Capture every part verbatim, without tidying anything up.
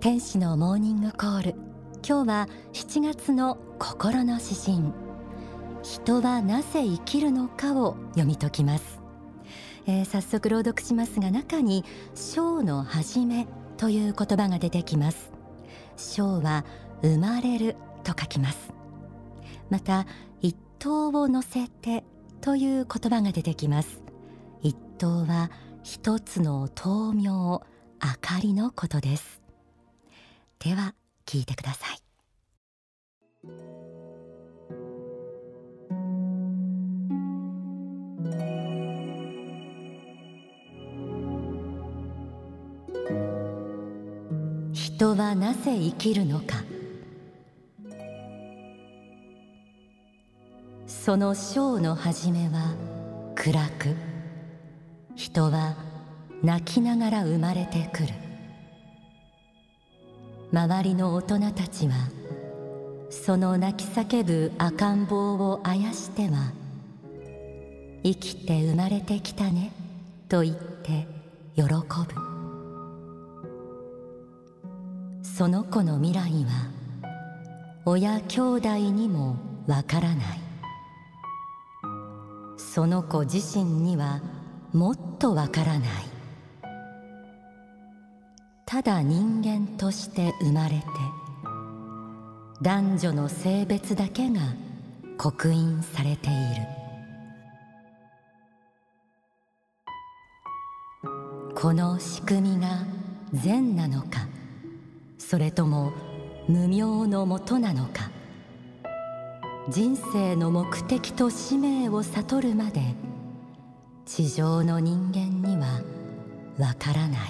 天使のモーニングコール。今日はしちがつの心の指針、人はなぜ生きるのかを読み解きます。えー、早速朗読しますが、中に章の始めという言葉が出てきます。章は生まれると書きます。また一灯を乗せてという言葉が出てきます。一灯は一つの灯明、明かりのことです。では聞いてください。人はなぜ生きるのか。その章の始めは暗く、人は泣きながら生まれてくる。周りの大人たちはその泣き叫ぶ赤ん坊をあやしては、生きて生まれてきたねと言って喜ぶ。その子の未来は親兄弟にもわからない。その子自身にはもっとわからない。ただ人間として生まれて、男女の性別だけが刻印されている。この仕組みが善なのか、それとも無明のもとなのか。人生の目的と使命を悟るまで地上の人間にはわからない。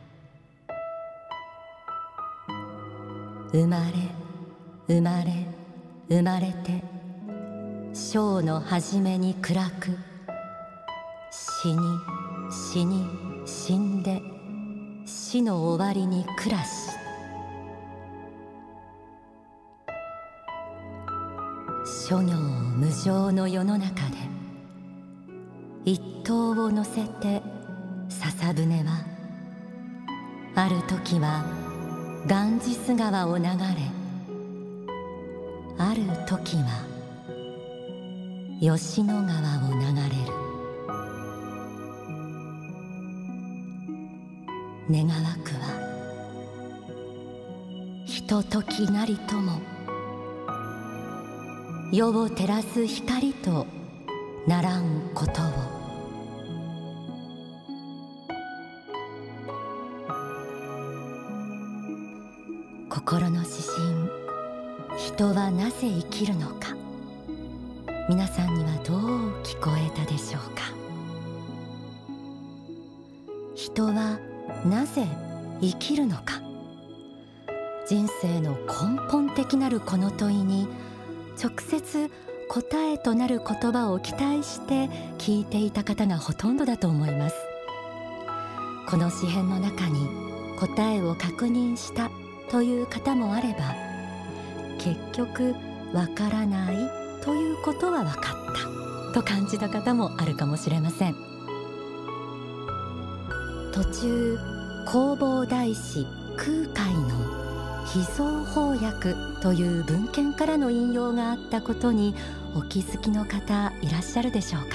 生まれ生まれ生まれて、章の初めに暗く、死に死に死んで、死の終わりに暮らし。諸行無常の世の中で、一灯を乗せて笹舟は、ある時はガンジス川を流れ、ある時は吉野川を流れる。願わくはひとときなりとも、世を照らす光とならんことを。心の指針、人はなぜ生きるのか。皆さんにはどう聞こえたでしょうか。人はなぜ生きるのか。人生の根本的なるこの問いに直接答えとなる言葉を期待して聞いていた方がほとんどだと思います。この詩編の中に答えを確認したという方もあれば、結局わからないということは分かったと感じた方もあるかもしれません。途中、弘法大師空海の秘蔵法訳という文献からの引用があったことにお気づきの方いらっしゃるでしょうか。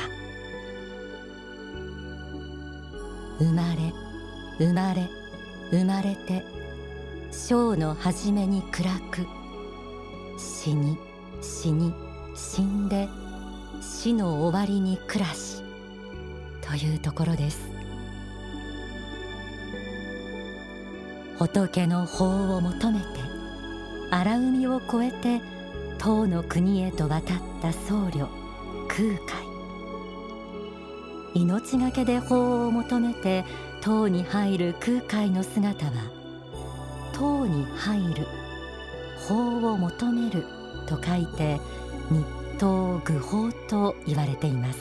生まれ生まれ生まれて、章の初めに暗く、死に死に死んで、死の終わりに暮らしというところです。仏の法を求めて荒海を越えて唐の国へと渡った僧侶空海。命がけで法を求めて唐に入る空海の姿は、唐に入る、法を求めると書いて日唐愚法と言われています。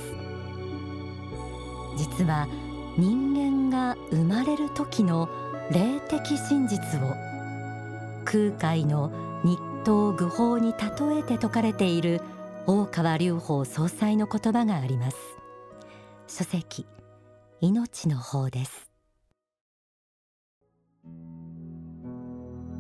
実は人間が生まれる時の霊的真実を空海の日唐愚法に例えて説かれている大川隆法総裁の言葉があります。書籍、命の法です。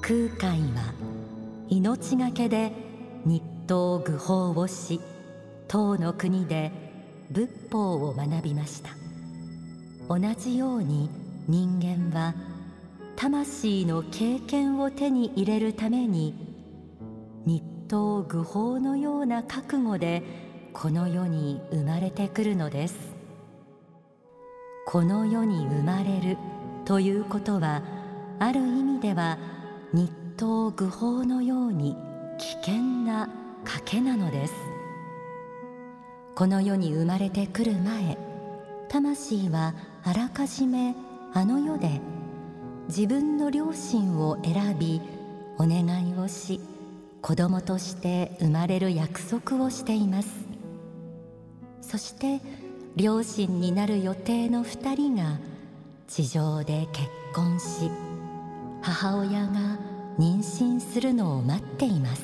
空海は命がけで日東愚法をし、唐の国で仏法を学びました。同じように人間は魂の経験を手に入れるために日東愚法のような覚悟でこの世に生まれてくるのです。この世に生まれるということは、ある意味では日東愚法のように危険な賭けなのです。この世に生まれてくる前、魂はあらかじめあの世で自分の良心を選び、お願いをし、子供として生まれる約束をしています。そして両親になる予定の二人が地上で結婚し、母親が妊娠するのを待っています。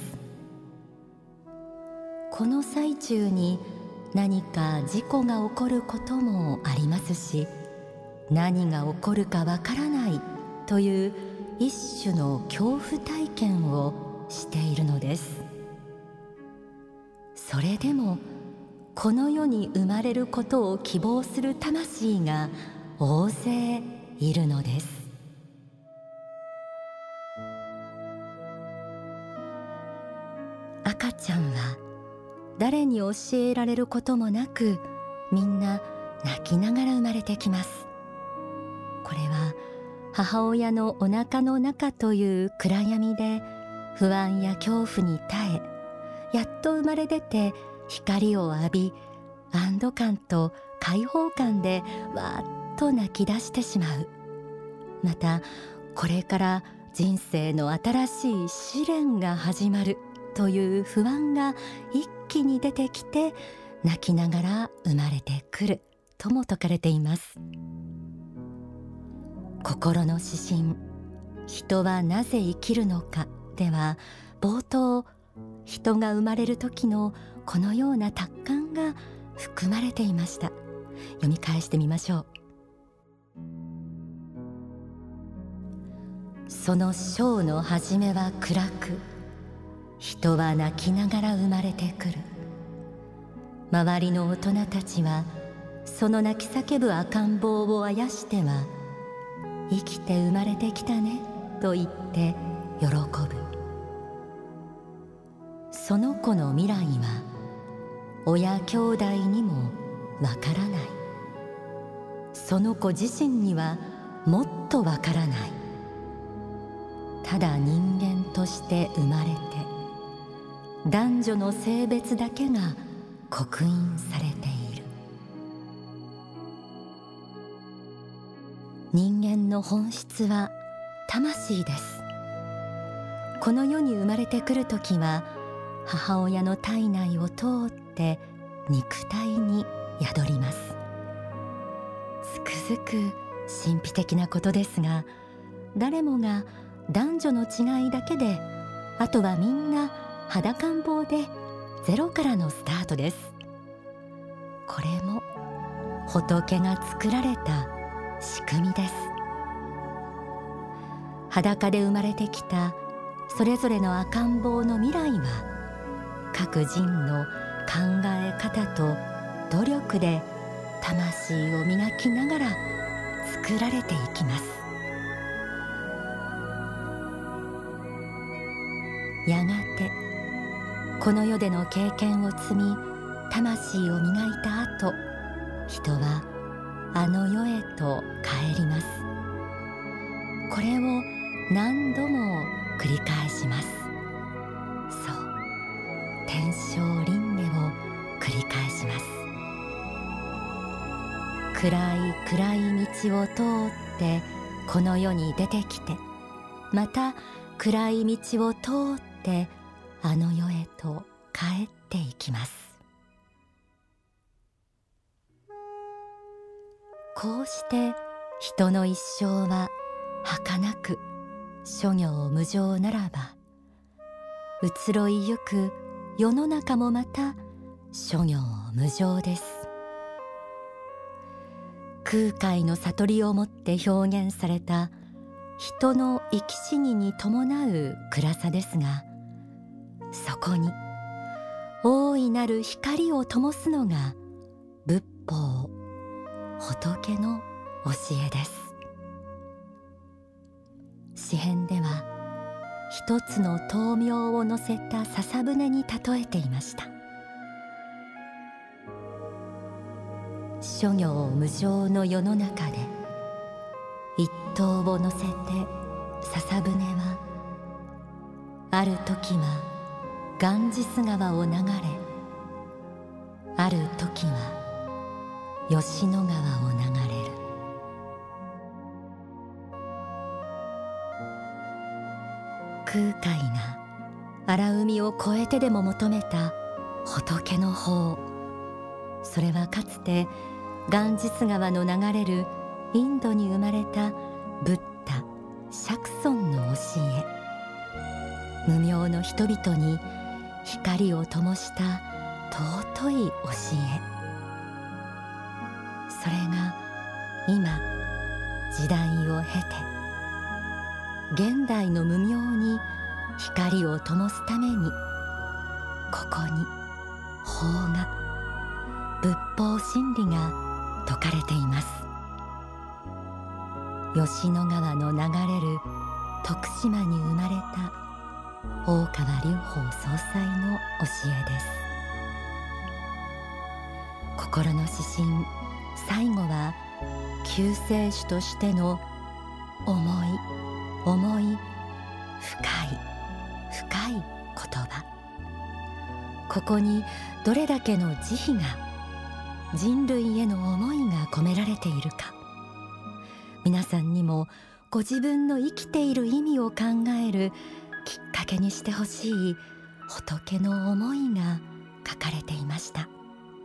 この最中に何か事故が起こることもありますし、何が起こるかわからないという一種の恐怖体験をしているのです。それでもこの世に生まれることを希望する魂が大勢いるのです。赤ちゃんは誰に教えられることもなく、みんな泣きながら生まれてきます。これは母親のお腹の中という暗闇で不安や恐怖に耐え、やっと生まれ出て光を浴び、安堵感と解放感でわーっと泣き出してしまう。またこれから人生の新しい試練が始まるという不安が一気に出てきて、泣きながら生まれてくるとも説かれています。心の指針、人はなぜ生きるのかでは、冒頭、人が生まれる時のこのような達観が含まれていました。読み返してみましょう。その章の初めは暗く、人は泣きながら生まれてくる。周りの大人たちはその泣き叫ぶ赤ん坊をあやしては、生きて生まれてきたねと言って喜ぶ。その子の未来は親兄弟にもわからない。その子自身にはもっとわからない。ただ人間として生まれて、男女の性別だけが刻印されている。人間の本質は魂です。この世に生まれてくるときは、母親の体内を通って肉体に宿ります。つくづく神秘的なことですが、誰もが男女の違いだけで、あとはみんな裸ん坊でゼロからのスタートです。これも仏が作られた仕組みです。裸で生まれてきたそれぞれの赤ん坊の未来は、各人の考え方と努力で魂を磨きながら作られていきます。やがてこの世での経験を積み、魂を磨いた後、人はあの世へと帰ります。これを何度も繰り返します。そう、天正輪廻を繰り返します。暗い暗い道を通ってこの世に出てきて、また暗い道を通ってあの世へと帰っていきます。こうして人の一生は儚く、諸行無常ならば、移ろいゆく世の中もまた諸行無常です。空海の悟りをもって表現された人の生き死にに伴う暗さですが、そこに大いなる光を灯すのが仏法、仏の教えです。詩編では一つの灯明を乗せた笹舟に例えていました。諸行無常の世の中で一灯を乗せて笹舟はある時はガンジス川を流れ、ある時は吉野川を流れる。空海が荒海を越えてでも求めた仏の法、それはかつてガンジス川の流れるインドに生まれたブッダ、釈尊の教え、無明の人々に光を灯した尊い教え、それが今時代を経て現代の無明に光を灯すために、ここに法が、仏法真理が説かれています。吉野川の流れる徳島に生まれた大川隆法総裁の教えです。心の指針、最後は救世主としての重い重い深い深い言葉、ここにどれだけの慈悲が、人類への思いが込められているか、皆さんにもご自分の生きている意味を考えるきっかけにしてほしい仏の思いが書かれていました。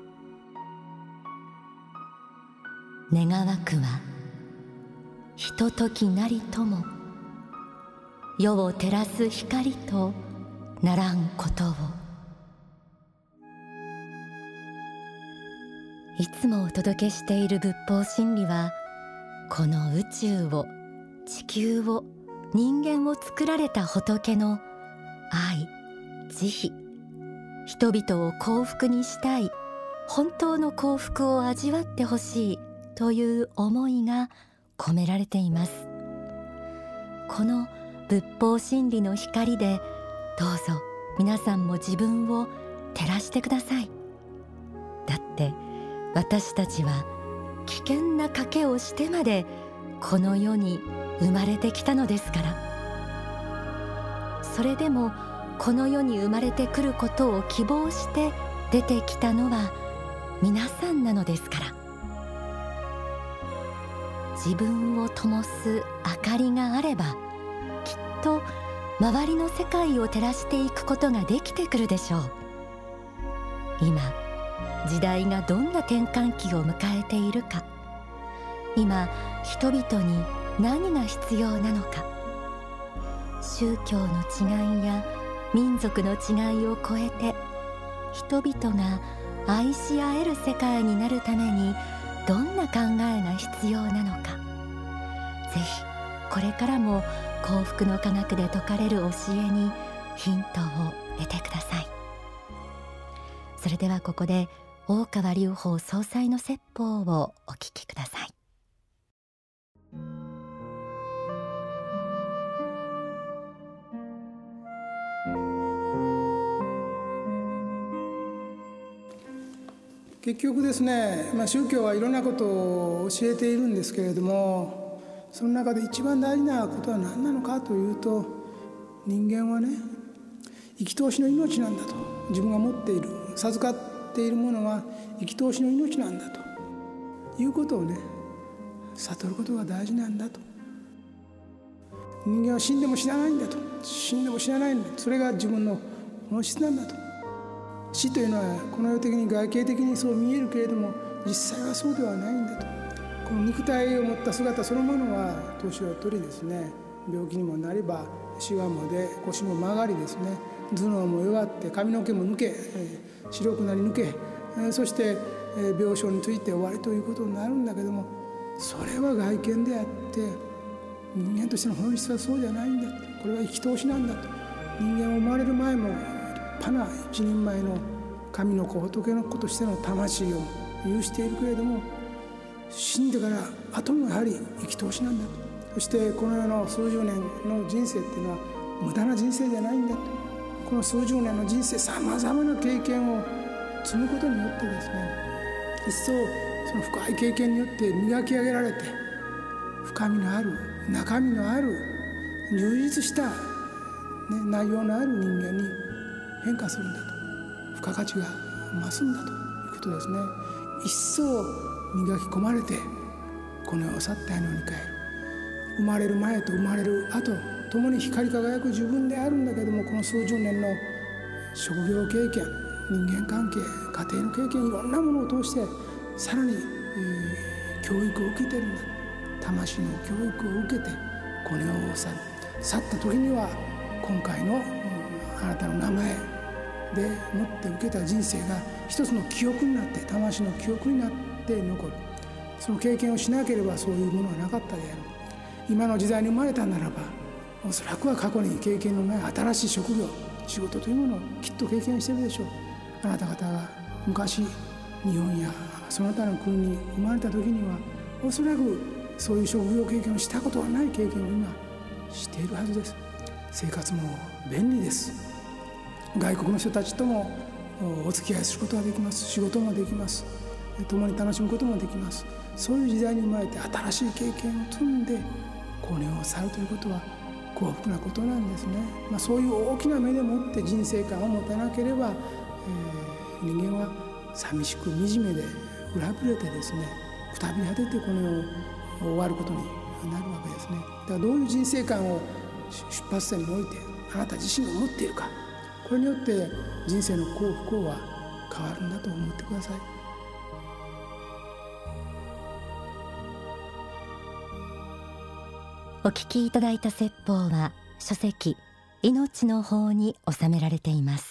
願わくはひとときなりとも世を照らす光とならんことを。いつもお届けしている仏法真理は、この宇宙を、地球を、人間を作られた仏の愛、慈悲、人々を幸福にしたい、本当の幸福を味わってほしいという思いが込められています。この仏法真理の光で、どうぞ皆さんも自分を照らしてください。だって私たちは危険な賭けをしてまでこの世に生まれてきたのですから。それでもこの世に生まれてくることを希望して出てきたのは皆さんなのですから。自分を灯す明かりがあれば、きっと周りの世界を照らしていくことができてくるでしょう。今時代がどんな転換期を迎えているか、今人々に何が必要なのか、宗教の違いや民族の違いを超えて人々が愛し合える世界になるためにどんな考えが必要なのか、ぜひこれからも幸福の科学で説かれる教えにヒントを得てください。それではここで大川隆法総裁の説法をお聞きください。 結局ですね、まあ、宗教はいろんなことを教えているんですけれども、その中で一番大事なことは何なのかというと、人間はね、生き通しの命なんだと。自分が持っている、授かっているものは生き通しの命なんだということをね、悟ることが大事なんだと。人間は死んでも死なないんだと。死んでも死なないんだと。それが自分の本質なんだと。死というのはこの世的に外形的にそう見えるけれども、実際はそうではないんだと。この肉体を持った姿そのものは年を取りですね、病気にもなればしわもで腰も曲がりですね、頭脳も弱って髪の毛も抜け、白くなり抜け、そして病床について終わりということになるんだけども、それは外見であって人間としての本質はそうじゃないんだと、これは生き通しなんだと。人間を生まれる前も立派な一人前の神の子仏の子としての魂を有しているけれども、死んでから後もやはり生き通しなんだと。そしてこの世の数十年の人生っていうのは無駄な人生じゃないんだと。この数十年の人生、さまざまな経験を積むことによってですね、一層その深い経験によって磨き上げられて、深みのある中身のある充実した、ね、内容のある人間に変化するんだと。付加価値が増すんだということですね。一層磨き込まれてこの世を去ったように帰る。生まれる前と生まれる後共に光り輝く自分であるんだけども、この数十年の職業経験、人間関係、家庭の経験、いろんなものを通してさらに、えー、教育を受けてるんだ。魂の教育を受けてこの世を去る。去った時には今回の、うん、あなたの名前でもって受けた人生が一つの記憶になって、魂の記憶になって残る。その経験をしなければそういうものはなかったである。今の時代に生まれたならば、おそらくは過去に経験のない新しい職業、仕事というものをきっと経験しているでしょう。あなた方が昔日本やその他の国に生まれた時には、おそらくそういう職業経験をしたことはない経験を今しているはずです。生活も便利です。外国の人たちともお付き合いすることができます。仕事もできます。共に楽しむこともできます。そういう時代に生まれて新しい経験を積んでこの世を去るということは幸福なことなんですね。まあ、そういう大きな目でもって人生観を持たなければ、えー、人間は寂しく惨めで裏ぶれてですね、くたび果ててこの世を終わることになるわけですね。だからどういう人生観を出発点においてあなた自身が持っているか、これによって人生の幸不幸は変わるんだと思ってください。 お聞きいただいた説法は書籍命の法に収められています。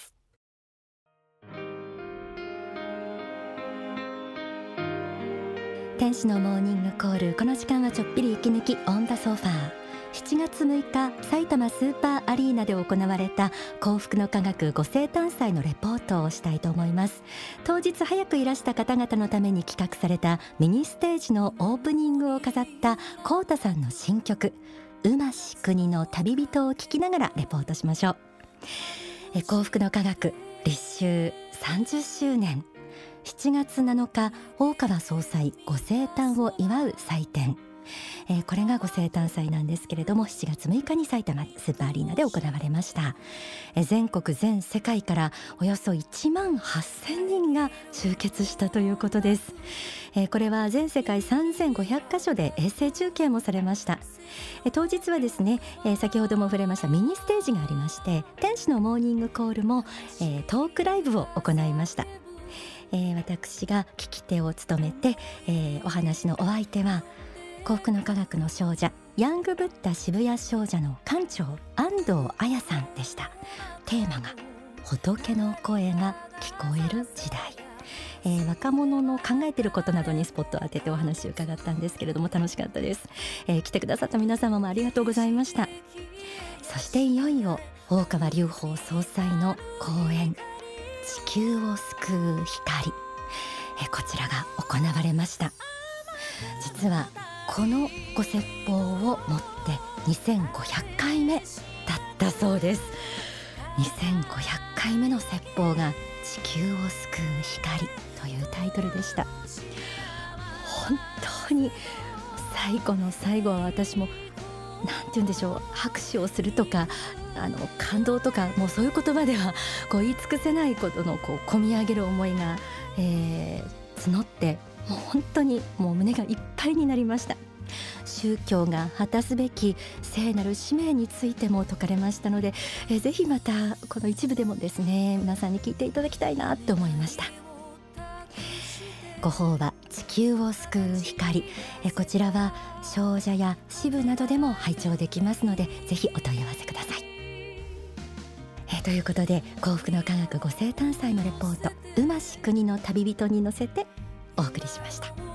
天使のモーニングコール、この時間はちょっぴり息抜きオンダソファー。しちがつむいか埼玉スーパーアリーナで行われた幸福の科学ご生誕祭のレポートをしたいと思います。当日早くいらした方々のために企画されたミニステージのオープニングを飾ったコウタさんの新曲うまし国の旅人を聴きながらレポートしましょう。え幸福の科学立秋さんじゅっしゅうねん、しちがつなのか大川総裁ご生誕を祝う祭典、えー、これがご生誕祭なんですけれども、しちがつむいかに埼玉スーパーアリーナで行われました。えー、全国全世界からおよそいちまんはっせんにんが集結したということです。えー、これは全世界さんぜんごひゃくかしょで衛星中継もされました。えー、当日はですね、えー、先ほども触れましたミニステージがありまして、天使のモーニングコールも、えー、トークライブを行いました。えー、私が聞き手を務めて、えー、お話のお相手は幸福の科学の少女ヤングブッダ渋谷少女の館長安藤彩さんでした。テーマが仏の声が聞こえる時代、えー、若者の考えていることなどにスポットを当ててお話を伺ったんですけれども、楽しかったです。えー、来てくださった皆様もありがとうございました。そしていよいよ大川隆法総裁の講演地球を救う光、えー、こちらが行われました。実はこのご説法をもってにせんごひゃっかいめだったそうです。にせんごひゃっかいめの説法が地球を救う光というタイトルでした。本当に最後の最後は私もなんて言うんでしょう、拍手をするとかあの感動とかもうそういう言葉ではこう言い尽くせないことのこう込み上げる思いが、えー、募ってもう本当にもう胸がいっぱいになりました。宗教が果たすべき聖なる使命についても説かれましたので、えー、ぜひまたこの一部でもですね皆さんに聞いていただきたいなと思いました。ご法話地球を救う光、えこちらは少女や支部などでも拝聴できますので、ぜひお問い合わせください。えということで幸福の科学ご生誕祭のレポートうまし国の旅人に乗せてお送りしました。